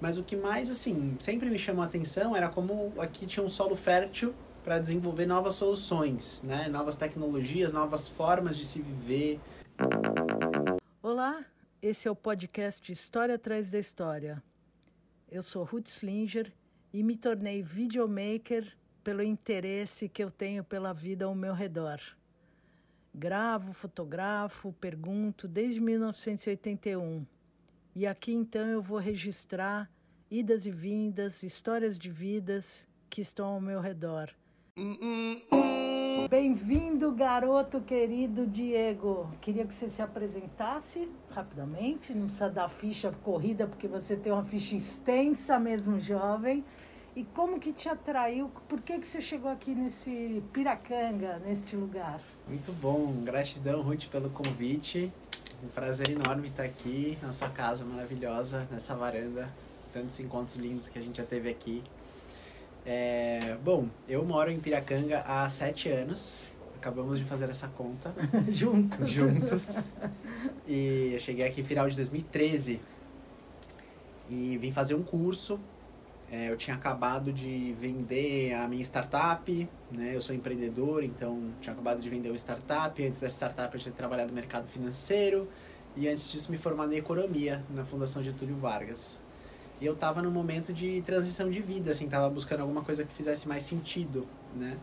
Mas o que mais, assim, sempre me chamou a atenção era como aqui tinha um solo fértil para desenvolver novas soluções, né? Novas tecnologias, novas formas de se viver. Olá, esse é o podcast História Atrás da História. Eu sou Ruth Slinger e me tornei videomaker pelo interesse que eu tenho pela vida ao meu redor. Gravo, fotografo, pergunto desde 1981. E aqui então eu vou registrar idas e vindas, histórias de vidas que estão ao meu redor. Bem-vindo, garoto querido Diego. Queria que você se apresentasse rapidamente, não precisa dar ficha corrida, porque você tem uma ficha extensa mesmo, jovem. E como que te atraiu? Por que você chegou aqui nesse Piracanga, neste lugar? Muito bom, gratidão, Ruth, pelo convite. Um prazer enorme estar aqui na sua casa maravilhosa, nessa varanda. Tantos encontros lindos que a gente já teve aqui. Bom, eu moro em Piracanga há 7 anos. Acabamos de fazer essa conta. Juntos. E eu cheguei aqui no final de 2013. E vim fazer um curso. Eu tinha acabado de vender a minha startup, né? Eu sou empreendedor, então tinha acabado de vender uma startup. Antes dessa startup eu tinha trabalhado no mercado financeiro. E antes disso me formei em economia na Fundação Getúlio Vargas. E eu estava num momento de transição de vida, assim, estava buscando alguma coisa que fizesse mais sentido, né?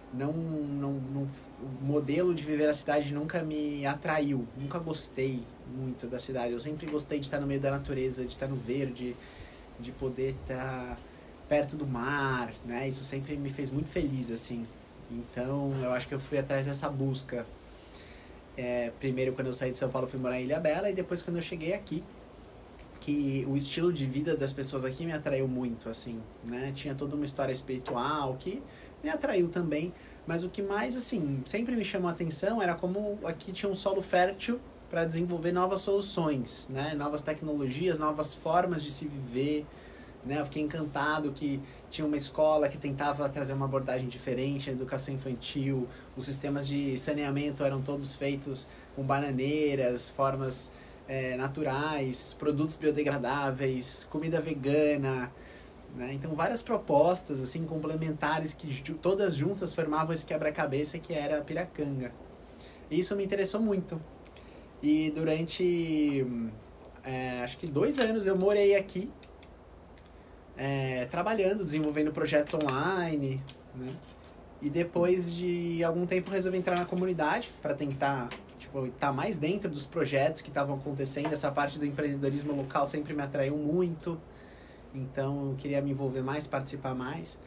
O modelo de viver a cidade nunca me atraiu, nunca gostei muito da cidade. Eu sempre gostei de estar no meio da natureza, de estar no verde, de poder estar perto do mar, né? Isso sempre me fez muito feliz, assim. Então, eu acho que eu fui atrás dessa busca. Primeiro, quando eu saí de São Paulo, fui morar em Ilhabela, e depois, quando eu cheguei aqui, que o estilo de vida das pessoas aqui me atraiu muito, assim, né? Tinha toda uma história espiritual que me atraiu também, mas o que mais, assim, sempre me chamou a atenção era como aqui tinha um solo fértil para desenvolver novas soluções, né? Novas tecnologias, novas formas de se viver, né? Eu fiquei encantado que tinha uma escola que tentava trazer uma abordagem diferente, a educação infantil, os sistemas de saneamento eram todos feitos com bananeiras, formas naturais, produtos biodegradáveis, comida vegana, né? Então várias propostas assim complementares que todas juntas formavam esse quebra-cabeça que era Piracanga. E isso me interessou muito. E durante acho que 2 anos eu morei aqui, trabalhando, desenvolvendo projetos online, né? E depois de algum tempo resolvi entrar na comunidade para tentar estar mais dentro dos projetos que estavam acontecendo. Essa parte do empreendedorismo local sempre me atraiu muito, então eu queria me envolver mais, participar mais.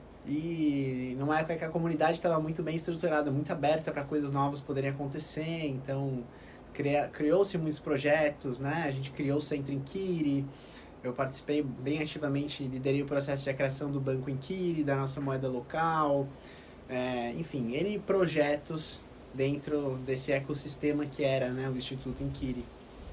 E numa época que a comunidade estava muito bem estruturada, muito aberta para coisas novas poderem acontecer, então criou-se muitos projetos, né? A gente criou o Centro Inquiri, eu participei bem ativamente, liderei o processo de criação do Banco Inquiri, da nossa moeda local, enfim, N projetos dentro desse ecossistema que era, né, o Instituto Inquiri.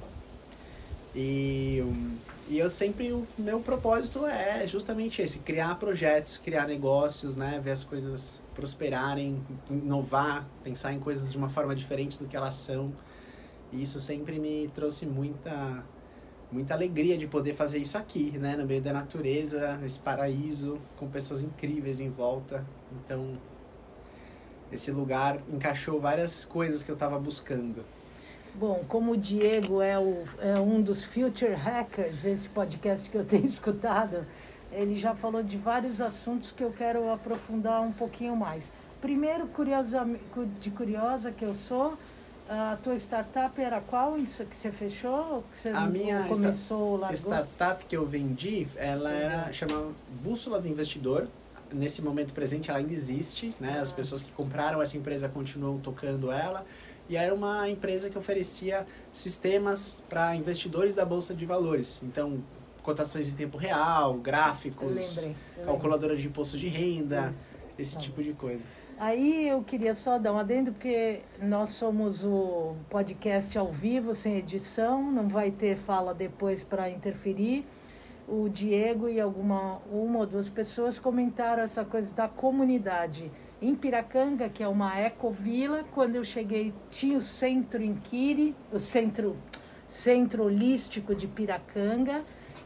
E eu sempre, o meu propósito é justamente esse, criar projetos, criar negócios, né, ver as coisas prosperarem, inovar, pensar em coisas de uma forma diferente do que elas são. E isso sempre me trouxe muita alegria de poder fazer isso aqui, né, no meio da natureza, nesse paraíso, com pessoas incríveis em volta. Então, esse lugar encaixou várias coisas que eu estava buscando. Bom, como o Diego é um dos Future Hackers, esse podcast que eu tenho escutado, ele já falou de vários assuntos que eu quero aprofundar um pouquinho mais. Primeiro, curiosa que eu sou, a tua startup era qual? Isso que você fechou? Que você a minha largou? Startup que eu vendi, ela chamava Bússola do Investidor. Nesse momento presente ela ainda existe, né? As pessoas que compraram essa empresa continuam tocando ela. E era uma empresa que oferecia sistemas para investidores da Bolsa de Valores. Então, cotações em tempo real, gráficos, calculadora de imposto de renda, esse tipo de coisa. Aí eu queria só dar um adendo, porque nós somos o podcast ao vivo, sem edição, não vai ter fala depois para interferir. O Diego e uma ou duas pessoas comentaram essa coisa da comunidade. Em Piracanga, que é uma ecovila, quando eu cheguei tinha o Centro Inquiri, o Centro Holístico de Piracanga,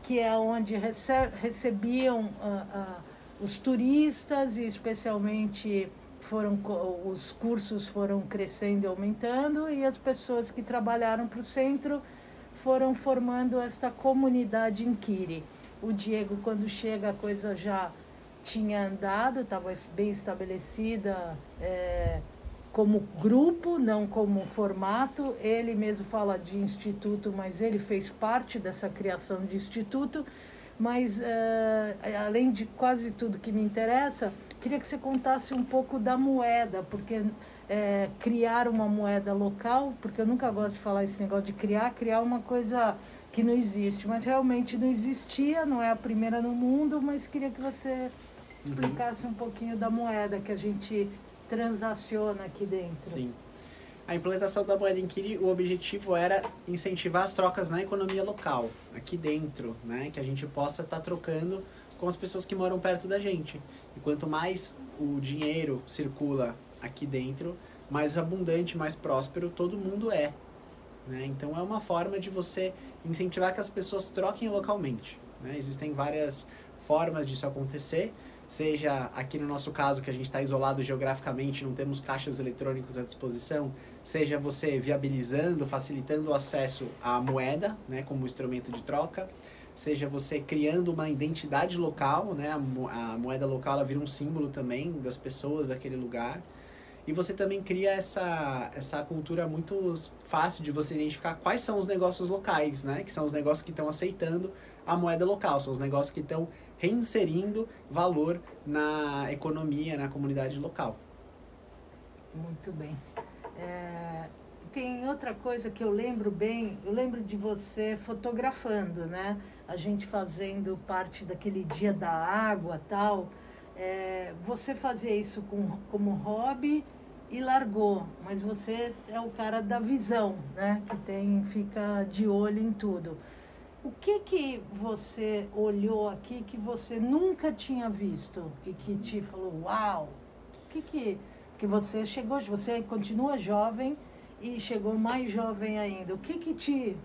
que é onde recebiam os turistas, e especialmente os cursos foram crescendo e aumentando, e as pessoas que trabalharam para o centro foram formando esta comunidade em Quiri. O Diego, quando chega, a coisa já tinha andado, estava bem estabelecida como grupo, não como formato. Ele mesmo fala de instituto, mas ele fez parte dessa criação de instituto. Mas, além de quase tudo que me interessa, queria que você contasse um pouco da moeda, porque criar uma moeda local, porque eu nunca gosto de falar esse negócio de criar uma coisa que não existe, mas realmente não existia, não é a primeira no mundo, mas queria que você explicasse um pouquinho da moeda que a gente transaciona aqui dentro. Sim. A implementação da moeda em Quiri, o objetivo era incentivar as trocas na economia local, aqui dentro, né? Que a gente possa estar trocando com as pessoas que moram perto da gente. E quanto mais o dinheiro circula aqui dentro, mais abundante, mais próspero todo mundo é. Né? Então é uma forma de você incentivar que as pessoas troquem localmente. Né? Existem várias formas disso acontecer, seja aqui no nosso caso, que a gente está isolado geograficamente, não temos caixas eletrônicos à disposição, seja você viabilizando, facilitando o acesso à moeda, né, como instrumento de troca, seja você criando uma identidade local, né, a moeda local ela vira um símbolo também das pessoas daquele lugar, e você também cria essa cultura muito fácil de você identificar quais são os negócios locais, né, que são os negócios que estão aceitando a moeda local, são os negócios que estão reinserindo valor na economia, na comunidade local. Muito bem. Tem outra coisa que eu lembro bem, eu lembro de você fotografando, né? A gente fazendo parte daquele dia da água e tal. Você fazia isso como hobby e largou, mas você é o cara da visão, né? Que fica de olho em tudo. O que você olhou aqui que você nunca tinha visto e que te falou, uau? Que você chegou, você continua jovem e chegou mais jovem ainda. O que te...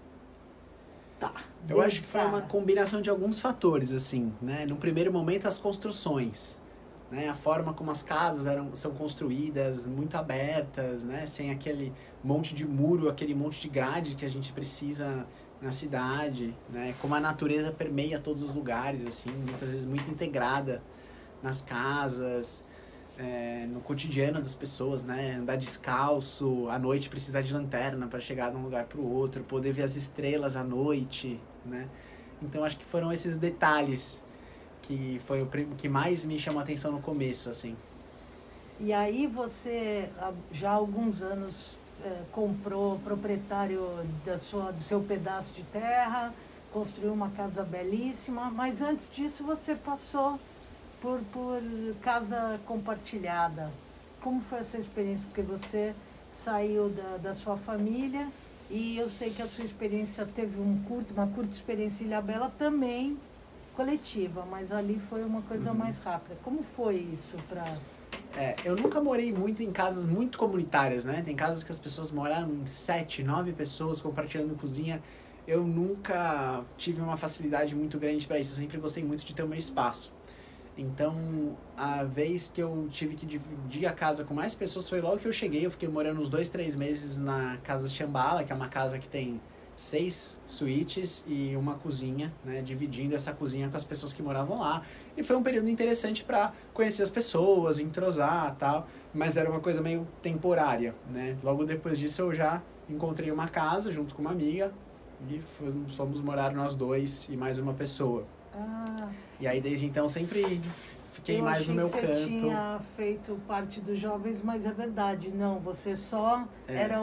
Eu acho que foi uma combinação de alguns fatores, assim, né? No primeiro momento, as construções, né? A forma como as casas são construídas, muito abertas, né? Sem aquele monte de muro, aquele monte de grade que a gente precisa na cidade, né? Como a natureza permeia todos os lugares, assim, muitas vezes muito integrada nas casas, no cotidiano das pessoas, né? Andar descalço, à noite precisar de lanterna para chegar de um lugar para o outro, poder ver as estrelas à noite, né? Então acho que foram esses detalhes que foi o que mais me chamou a atenção no começo, assim. E aí você, já há alguns anos, comprou proprietário do seu pedaço de terra, construiu uma casa belíssima, mas antes disso você passou por casa compartilhada. Como foi essa experiência? Porque você saiu da sua família e eu sei que a sua experiência teve uma curta experiência em Ilhabela também coletiva, mas ali foi uma coisa mais rápida. Como foi isso para... Eu nunca morei muito em casas muito comunitárias, né? Tem casas que as pessoas moraram em 7, 9 pessoas compartilhando cozinha. Eu nunca tive uma facilidade muito grande para isso. Eu sempre gostei muito de ter o meu espaço. Então, a vez que eu tive que dividir a casa com mais pessoas foi logo que eu cheguei. Eu fiquei morando uns 2, 3 meses na casa Chambala, que é uma casa que tem 6 suítes e uma cozinha, né, dividindo essa cozinha com as pessoas que moravam lá. E foi um período interessante para conhecer as pessoas, entrosar e tal, mas era uma coisa meio temporária, né? Logo depois disso eu já encontrei uma casa junto com uma amiga e fomos morar nós dois e mais uma pessoa. E aí desde então sempre fiquei mais no meu canto. Você tinha feito parte dos jovens, mas é verdade, não, você só era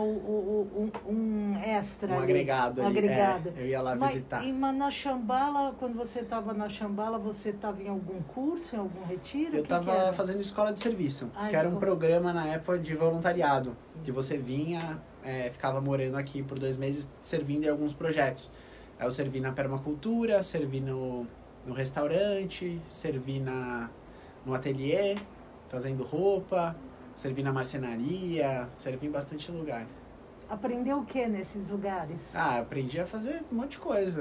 um extra. Um agregado ali. Agregado. Eu ia lá visitar. Mas na Chambala, quando você estava na Chambala, você estava em algum curso, em algum retiro? Eu estava fazendo escola de serviço, que era um programa na época de voluntariado, que você vinha, ficava morando aqui por 2 meses, servindo em alguns projetos. Aí eu servi na permacultura, servi no restaurante, servi no ateliê, fazendo roupa, servi na marcenaria, servi em bastante lugar. Aprendeu o que nesses lugares? Aprendi a fazer um monte de coisa.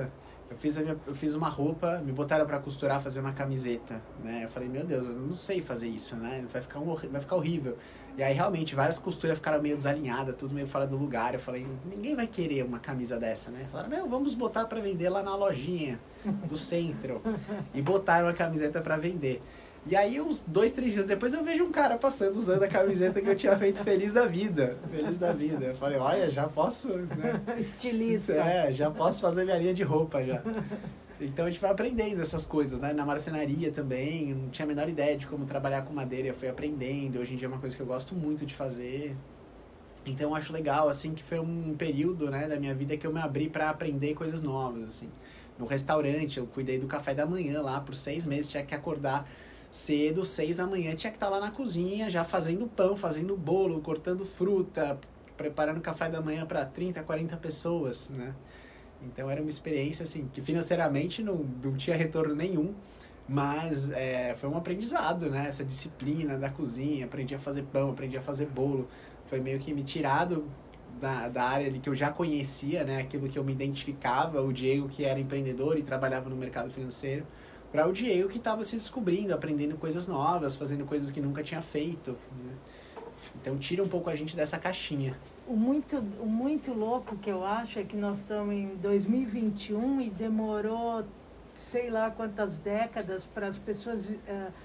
Eu fiz uma roupa, me botaram para costurar, fazer uma camiseta, né? Eu falei, meu Deus, eu não sei fazer isso, né? Vai ficar horrível. E aí, realmente, várias costuras ficaram meio desalinhadas, tudo meio fora do lugar. Eu falei, ninguém vai querer uma camisa dessa, né? Falaram, não, vamos botar para vender lá na lojinha do centro. E botaram a camiseta para vender. E aí, uns 2, 3 dias depois, eu vejo um cara passando usando a camiseta que eu tinha feito feliz da vida. Feliz da vida. Eu falei, olha, já posso, né? Estilista. Já posso fazer minha linha de roupa já. Então a gente vai aprendendo essas coisas, né? Na marcenaria também, eu não tinha a menor ideia de como trabalhar com madeira, eu fui aprendendo. Hoje em dia é uma coisa que eu gosto muito de fazer. Então eu acho legal, assim, que foi um período, né, da minha vida que eu me abri para aprender coisas novas, assim. No restaurante, eu cuidei do café da manhã lá por 6 meses, tinha que acordar cedo, 6 da manhã, tinha que estar lá na cozinha, já fazendo pão, fazendo bolo, cortando fruta, preparando café da manhã para 30, 40 pessoas, né? Então era uma experiência assim, que financeiramente não tinha retorno nenhum, mas foi um aprendizado, né? Essa disciplina da cozinha, aprendi a fazer pão, aprendi a fazer bolo, foi meio que me tirado da área ali que eu já conhecia, né? Aquilo que eu me identificava, o Diego que era empreendedor e trabalhava no mercado financeiro, para o Diego que estava se descobrindo, aprendendo coisas novas, fazendo coisas que nunca tinha feito, né? Então tira um pouco a gente dessa caixinha. O muito louco que eu acho é que nós estamos em 2021 e demorou sei lá quantas décadas para as pessoas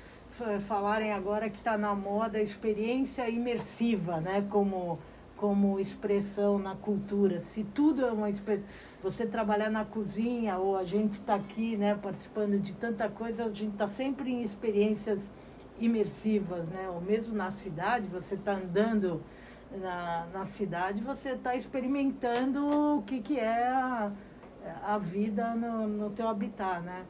falarem agora que está na moda a experiência imersiva, né? Como expressão na cultura. Se tudo é uma você trabalhar na cozinha ou a gente está aqui, né, participando de tanta coisa, a gente está sempre em experiências imersivas, né? Ou mesmo na cidade, você está andando na cidade, você está experimentando o que é a vida no teu habitat, né?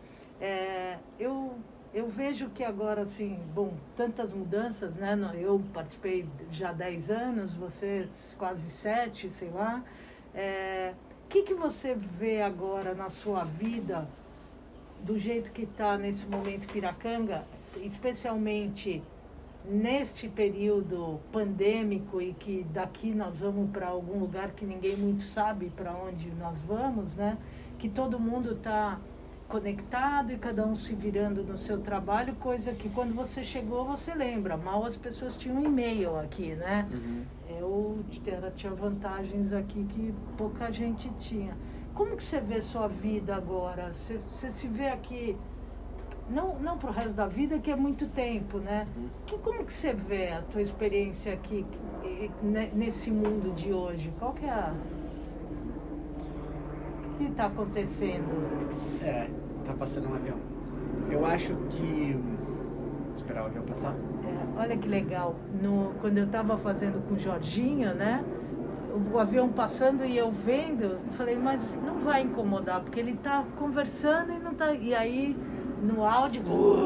Eu vejo que agora, assim, bom, tantas mudanças, né? Eu participei já há 10 anos, você quase 7, sei lá. Que você vê agora na sua vida, do jeito que está nesse momento Piracanga, especialmente neste período pandêmico e que daqui nós vamos para algum lugar que ninguém muito sabe para onde nós vamos, né? Que todo mundo está conectado e cada um se virando no seu trabalho, coisa que quando você chegou você lembra, mal as pessoas tinham e-mail aqui, né? Uhum. Tinha vantagens aqui que pouca gente tinha. Como que você vê sua vida agora? Você se vê aqui, não para o resto da vida, que é muito tempo, né? Como que você vê a tua experiência aqui nesse mundo de hoje? Qual que é o que está acontecendo? Tá passando um avião. Eu acho que... Esperar o avião passar? Olha que legal. Quando eu estava fazendo com o Jorginho, né? O avião passando e eu vendo, eu falei, mas não vai incomodar, porque ele está conversando e não está... E aí, no áudio...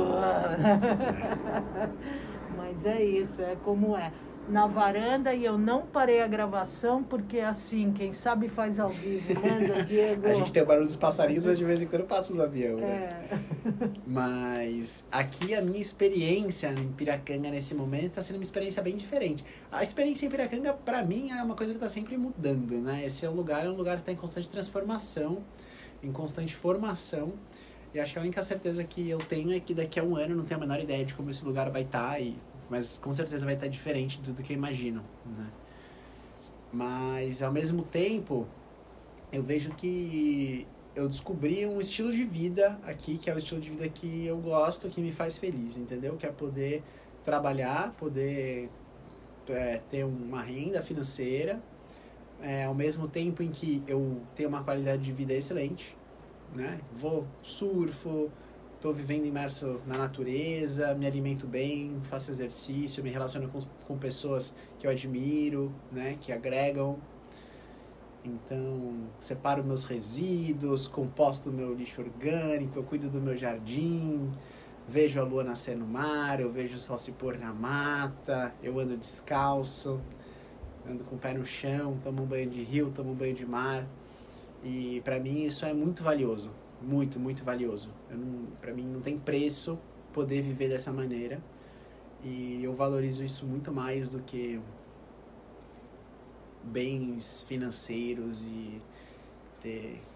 Mas é isso, é como é. Na varanda e eu não parei a gravação porque assim, quem sabe faz ao vivo. Manda, Diego. A gente tem o barulho dos passarinhos, mas de vez em quando passa os aviões, né? É. Mas aqui a minha experiência em Piracanga nesse momento está sendo uma experiência bem diferente. A experiência em Piracanga, para mim, é uma coisa que está sempre mudando, né? Esse é um lugar que está em constante transformação, em constante formação. E acho que a única certeza que eu tenho é que daqui a um ano eu não tenho a menor ideia de como esse lugar vai estar, mas com certeza vai estar diferente do que eu imagino, né? Mas, ao mesmo tempo, eu vejo que eu descobri um estilo de vida aqui, que é o estilo de vida que eu gosto, que me faz feliz, entendeu? Que é poder trabalhar, poder ter uma renda financeira, ao mesmo tempo em que eu tenho uma qualidade de vida excelente, né? Surfo, estou vivendo imerso na natureza, me alimento bem, faço exercício, me relaciono com pessoas que eu admiro, né? Que agregam. Então, separo meus resíduos, composto meu lixo orgânico, eu cuido do meu jardim, vejo a lua nascer no mar, eu vejo o sol se pôr na mata, eu ando descalço, ando com o pé no chão, tomo um banho de rio, tomo um banho de mar. E para mim isso é muito valioso, muito, muito valioso. Para mim não tem preço poder viver dessa maneira. E eu valorizo isso muito mais do que bens financeiros e ter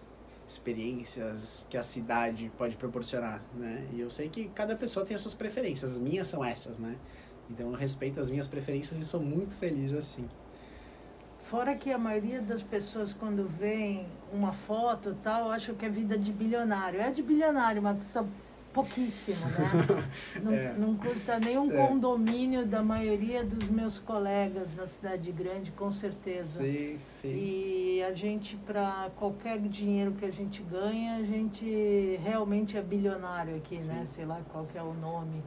experiências que a cidade pode proporcionar, né? E eu sei que cada pessoa tem as suas preferências, as minhas são essas, né? Então eu respeito as minhas preferências e sou muito feliz assim. Fora que a maioria das pessoas, quando vêem uma foto e tal, acham que é vida de bilionário. É de bilionário, mas custa pouquíssimo, né? Não custa nem um condomínio da maioria dos meus colegas na cidade grande, com certeza. Sim, sim. E a gente, para qualquer dinheiro que a gente ganha, a gente realmente é bilionário aqui, sim, né? Sei lá qual que é o nome.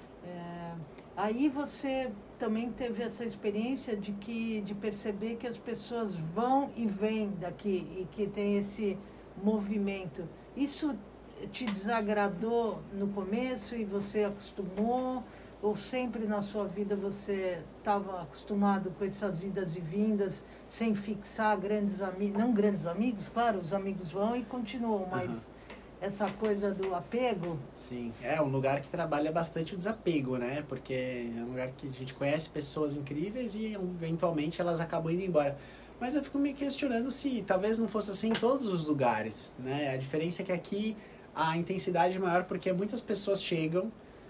Aí você também teve essa experiência de perceber que as pessoas vão e vêm daqui e que tem esse movimento. Isso te desagradou no começo e você acostumou? Ou sempre na sua vida você estava acostumado com essas idas e vindas, sem fixar grandes amigos? Não grandes amigos, claro, os amigos vão e continuam, mas essa coisa do apego? Sim, é um lugar que trabalha bastante o desapego, né? Porque é um lugar que a gente conhece pessoas incríveis e eventualmente elas acabam indo embora. Mas eu fico me questionando se talvez não fosse assim em todos os lugares, né? A diferença é que aqui a intensidade é maior porque muitas pessoas chegam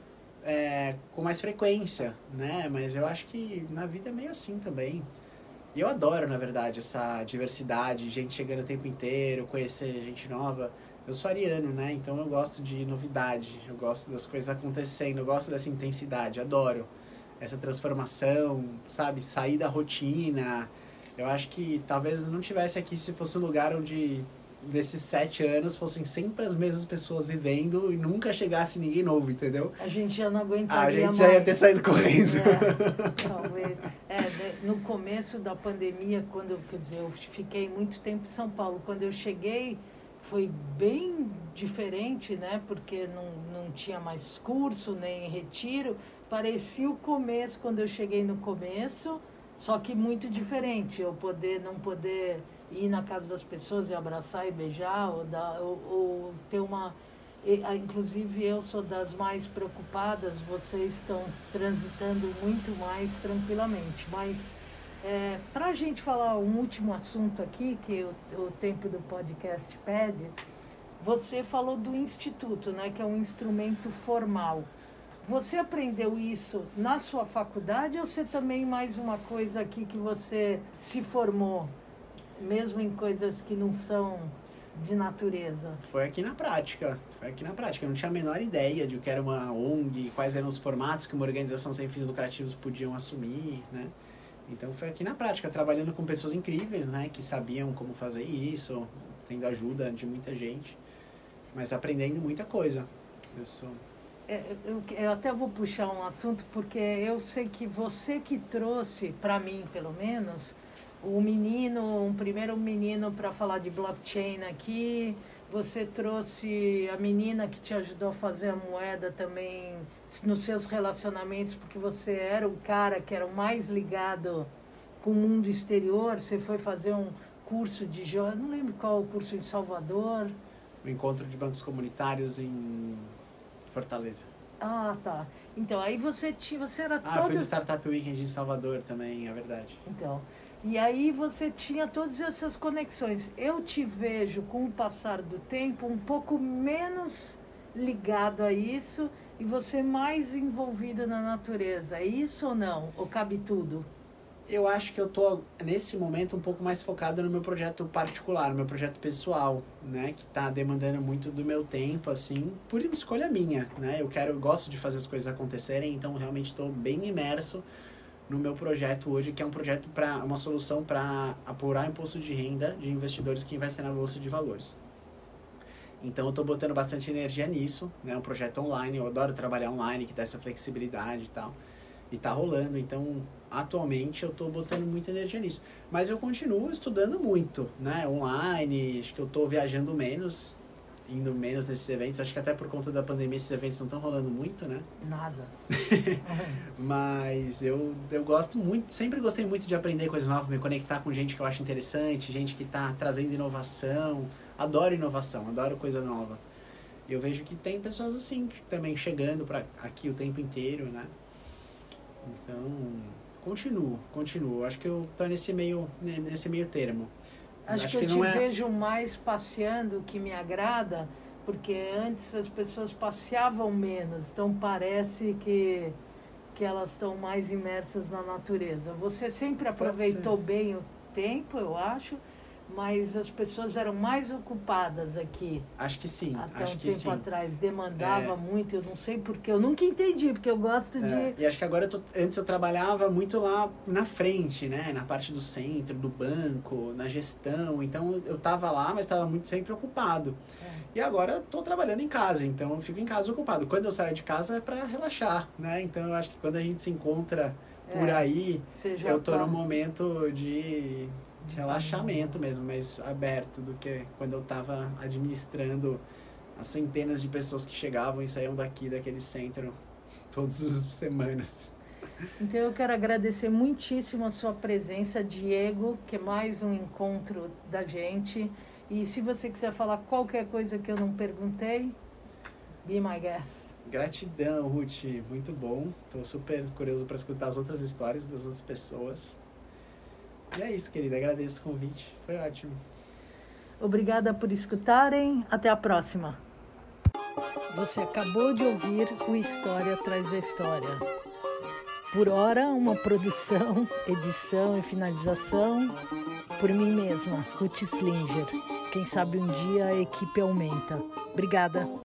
com mais frequência, né? Mas eu acho que na vida é meio assim também. E eu adoro, na verdade, essa diversidade, gente chegando o tempo inteiro, conhecer gente nova. Eu sou ariano, né? Então eu gosto de novidade, eu gosto das coisas acontecendo, eu gosto dessa intensidade, adoro essa transformação, sabe? Sair da rotina. Eu acho que talvez eu não tivesse aqui se fosse um lugar onde desses 7 anos fossem sempre as mesmas pessoas vivendo e nunca chegasse ninguém novo, entendeu? A gente já não aguentaria mais. A gente já ia ter saído correndo. Talvez. No começo da pandemia, quer dizer, eu fiquei muito tempo em São Paulo. Quando eu cheguei, foi bem diferente, né? Porque não tinha mais curso, nem retiro. Parecia o começo, quando eu cheguei no começo, só que muito diferente. Eu não poder ir na casa das pessoas e abraçar e beijar, ou ter uma... Inclusive, eu sou das mais preocupadas, vocês estão transitando muito mais tranquilamente. Mas, para a gente falar um último assunto aqui, que o tempo do podcast pede, você falou do Instituto, né, que é um instrumento formal. Você aprendeu isso na sua faculdade ou você também mais uma coisa aqui que você se formou, mesmo em coisas que não são de natureza? Foi aqui na prática. Eu não tinha a menor ideia de o que era uma ONG, quais eram os formatos que uma organização sem fins lucrativos podiam assumir, né? Então foi aqui na prática, trabalhando com pessoas incríveis, né? Que sabiam como fazer isso, tendo ajuda de muita gente, mas aprendendo muita coisa. Eu até vou puxar um assunto, porque eu sei que você que trouxe, para mim pelo menos, um primeiro menino para falar de blockchain aqui, você trouxe a menina que te ajudou a fazer a moeda também nos seus relacionamentos, porque você era o cara que era o mais ligado com o mundo exterior, você foi fazer um curso não lembro qual o curso em Salvador. O encontro de bancos comunitários em Fortaleza. Ah, tá. Então, aí você era foi no Startup Weekend em Salvador também, é verdade. Então, e aí você tinha todas essas conexões. Eu te vejo, com o passar do tempo, um pouco menos ligado a isso e você mais envolvido na natureza. É isso ou não? Ou cabe tudo? Eu acho que eu tô, nesse momento, um pouco mais focado no meu projeto particular, no meu projeto pessoal, né? Que tá demandando muito do meu tempo, assim, por uma escolha minha, né? Eu gosto de fazer as coisas acontecerem, então realmente estou bem imerso no meu projeto hoje, que é um projeto uma solução para apurar o imposto de renda de investidores que investem na Bolsa de Valores. Então eu estou botando bastante energia nisso, né? Um projeto online, eu adoro trabalhar online, que dá essa flexibilidade e tal. E tá rolando, então atualmente eu estou botando muita energia nisso. Mas eu continuo estudando muito, né? Online, acho que eu estou viajando menos, indo menos nesses eventos. Acho que até por conta da pandemia esses eventos não estão rolando muito, né? Nada. Mas eu gosto muito, sempre gostei muito de aprender coisas novas, me conectar com gente que eu acho interessante, gente que está trazendo inovação. Adoro inovação, adoro coisa nova. E eu vejo que tem pessoas assim, também chegando para aqui o tempo inteiro, né? Então, continuo. Acho que eu tô nesse meio termo. Acho que eu te vejo mais passeando, que me agrada, porque antes as pessoas passeavam menos, então parece que elas estão mais imersas na natureza. Você sempre aproveitou bem o tempo, eu acho, mas as pessoas eram mais ocupadas aqui. Acho que sim. Até um tempo atrás. Demandava muito, eu não sei porquê. Eu nunca entendi, porque eu gosto de... E acho que agora, antes eu trabalhava muito lá na frente, né? Na parte do centro, do banco, na gestão. Então, eu estava lá, mas estava muito sempre ocupado. E agora, eu estou trabalhando em casa, então eu fico em casa ocupado. Quando eu saio de casa, é para relaxar, né? Então, eu acho que quando a gente se encontra por aí, eu estou num momento de relaxamento mesmo, mais aberto do que quando eu estava administrando as centenas de pessoas que chegavam e saíam daquele centro todas as semanas. Então eu quero agradecer muitíssimo a sua presença, Diego, que é mais um encontro da gente. E se você quiser falar qualquer coisa que eu não perguntei, be my guest. Gratidão, Ruth, muito bom. Estou super curioso para escutar as outras histórias das outras pessoas. E é isso, querida. Agradeço o convite. Foi ótimo. Obrigada por escutarem. Até a próxima. Você acabou de ouvir o História Atrás da História. Por hora, uma produção, edição e finalização por mim mesma, Ruth Slinger. Quem sabe um dia a equipe aumenta. Obrigada.